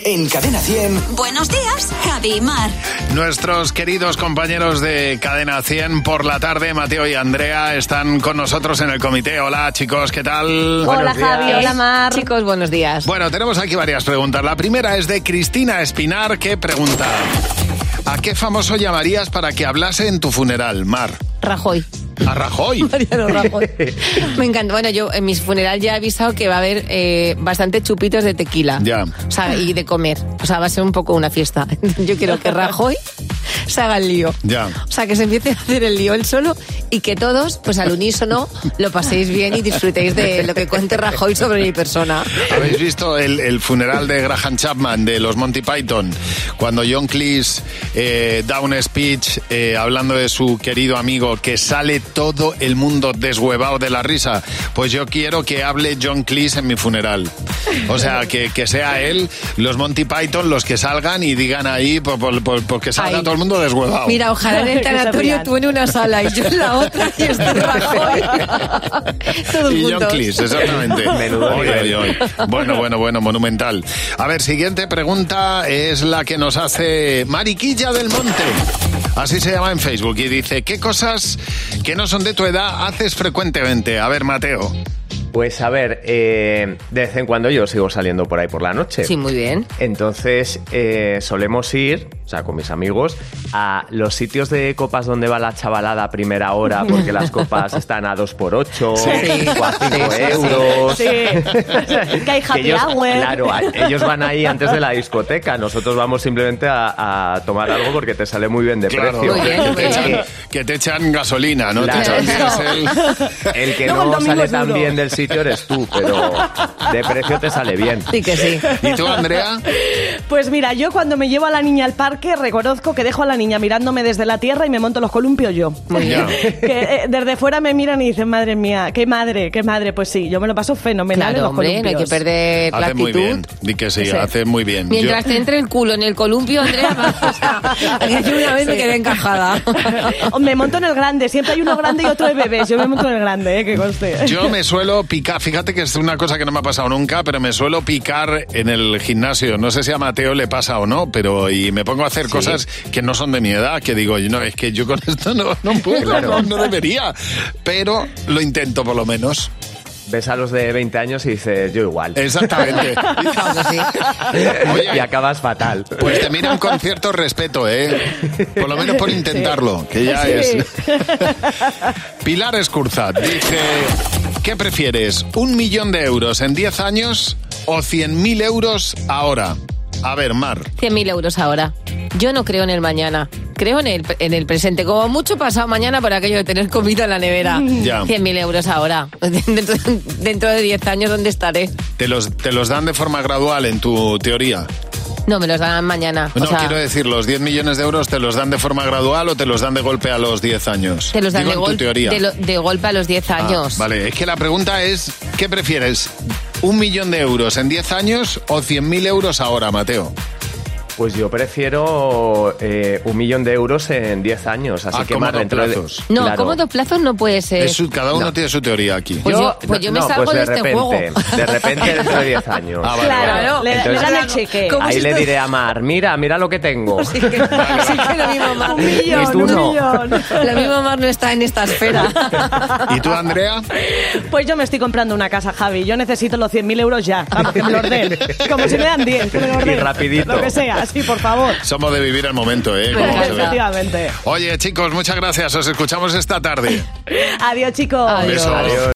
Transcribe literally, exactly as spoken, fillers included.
En Cadena cien. Buenos días, Javi y Mar. Nuestros queridos compañeros de Cadena cien por la tarde, Mateo y Andrea, están con nosotros en el comité. Hola, chicos, ¿qué tal? Hola, Javi. Hola, Mar. Chicos, buenos días. Bueno, tenemos aquí varias preguntas. La primera es de Cristina Espinar, que pregunta: ¿a qué famoso llamarías para que hablase en tu funeral, Mar? Rajoy. ¿A Rajoy? Mariano Rajoy. Me encanta. Bueno, yo en mi funeral ya he avisado que va a haber eh, bastante chupitos de tequila. Ya. O sea, y de comer. O sea, va a ser un poco una fiesta. Yo quiero que Rajoy se haga el lío. Ya. O sea, que se empiece a hacer el lío él solo y que todos, pues al unísono, lo paséis bien y disfrutéis de lo que cuente Rajoy sobre mi persona. ¿Habéis visto el, el funeral de Graham Chapman de los Monty Python? Cuando John Cleese eh, da un speech eh, hablando de su querido amigo, que sale todo el mundo deshuevado de la risa. Pues yo quiero que hable John Cleese en mi funeral. O sea, que, que sea él, los Monty Python, los que salgan y digan ahí, por, por, por, porque salga Ay. todo el mundo deshuevado. Mira, ojalá en el tanatorio tú en una sala y yo en la otra y este Rajoy. Todos y juntos. John Cleese, exactamente. Menudo Oy, oy, oy. Bueno, bueno, bueno, monumental. A ver, siguiente pregunta es la que nos hace Mariquilla del Monte. Así se llama en Facebook y dice: ¿qué cosas que no son de tu edad haces frecuentemente? A ver, Mateo. Pues a ver, eh, de vez en cuando yo sigo saliendo por ahí por la noche. Sí, muy bien. Entonces eh, solemos ir, o sea, con mis amigos, a los sitios de copas donde va la chavalada a primera hora, porque las copas están a dos por ocho, Sí. o a cinco Sí, sí, euros. Sí. Que hay happy ellos, hour. claro, a- ellos van ahí antes de la discoteca. Nosotros vamos simplemente a, a tomar algo porque te sale muy bien de Claro, precio. Muy bien, que, muy te bien. echan, que te echan gasolina, ¿no? Claro. Te echan diésel. El que Luego el no domingo sale es tan duro. bien del sitio eres tú, pero de precio te sale bien. Sí que sí. ¿Y tú, Andrea? Pues mira, yo cuando me llevo a la niña al parque reconozco que dejo a la niña mirándome desde la tierra y me monto los columpios yo. Muy bien. Que eh, desde fuera me miran y dicen, madre mía, qué madre, qué madre. Pues sí, yo me lo paso fenomenal en Claro, los hombre, no hay columpios. que perder la Hace muy actitud. bien. Di que sí, Sí. hace muy bien. Mientras Yo- te entre el culo en el columpio, Andrea, o sea, yo una vez me quedé encajada. O me monto en el grande, siempre hay uno grande y otro de bebés. Yo me monto en el grande, eh, que conste. Yo me suelo picar, fíjate que es una cosa que no me ha pasado nunca, pero me suelo picar en el gimnasio. No sé si a Mateo le pasa o no, pero y me pongo a hacer cosas que no son de mi edad, que digo, no, es que yo con esto no, no puedo, Claro. no, no debería, pero lo intento por lo menos. Ves a los de veinte años y dices, yo igual. Exactamente. Claro que sí. Oye, Y acabas fatal. pues te miran con cierto respeto, ¿eh? Por lo menos por intentarlo, que ya Sí. es. Pilar Escurzat dice: ¿qué prefieres? ¿Un millón de euros en diez años o cien mil euros ahora? A ver, Mar. cien mil euros ahora. Yo no creo en el mañana. Creo en el, en el presente. Como mucho pasado mañana por aquello de tener comida en la nevera. Ya. cien mil euros ahora. Dentro, dentro de diez años, ¿dónde estaré? ¿Te los, te los dan de forma gradual en tu teoría? No, me los dan mañana. No, o sea, quiero decir, ¿los diez millones de euros te los dan de forma gradual o te los dan de golpe a los diez años? te los dan Digo, de, en tu gol- teoría. de, lo- de golpe a los diez Ah, años. vale, es que la pregunta es, ¿qué prefieres? ¿Un millón de euros en diez años o cien mil euros ahora, Mateo? Pues yo prefiero eh, un millón de euros en diez años. Así A que más cómodos dentro de... plazos. No, Claro. cómodos plazos no puede ser. Es su- cada uno No. tiene su teoría aquí. Pues yo- pues yo me no, salgo pues de de este repente, juego. De repente dentro de diez años. Ah, vale, Claro, vale. le, Entonces- le dan el cheque. ¿Cómo Ahí si le esto- diré a Mar, mira, mira lo que tengo. Sí que, sí que lo mismo Mar. Un millón, Y tú un no. millón. Lo mismo Mar no está en esta esfera. ¿Y tú, Andrea? Pues yo me estoy comprando una casa, Javi. Yo necesito los cien mil euros ya. Vamos, que me los den. Como si me dan diez, que me los Y den. rapidito. Lo que sea, sí, por favor. Somos de vivir el momento, ¿eh? Como se ve. Efectivamente. Oye, chicos, muchas gracias. Os escuchamos esta tarde. Adiós, chicos. Adiós. Besos. Adiós.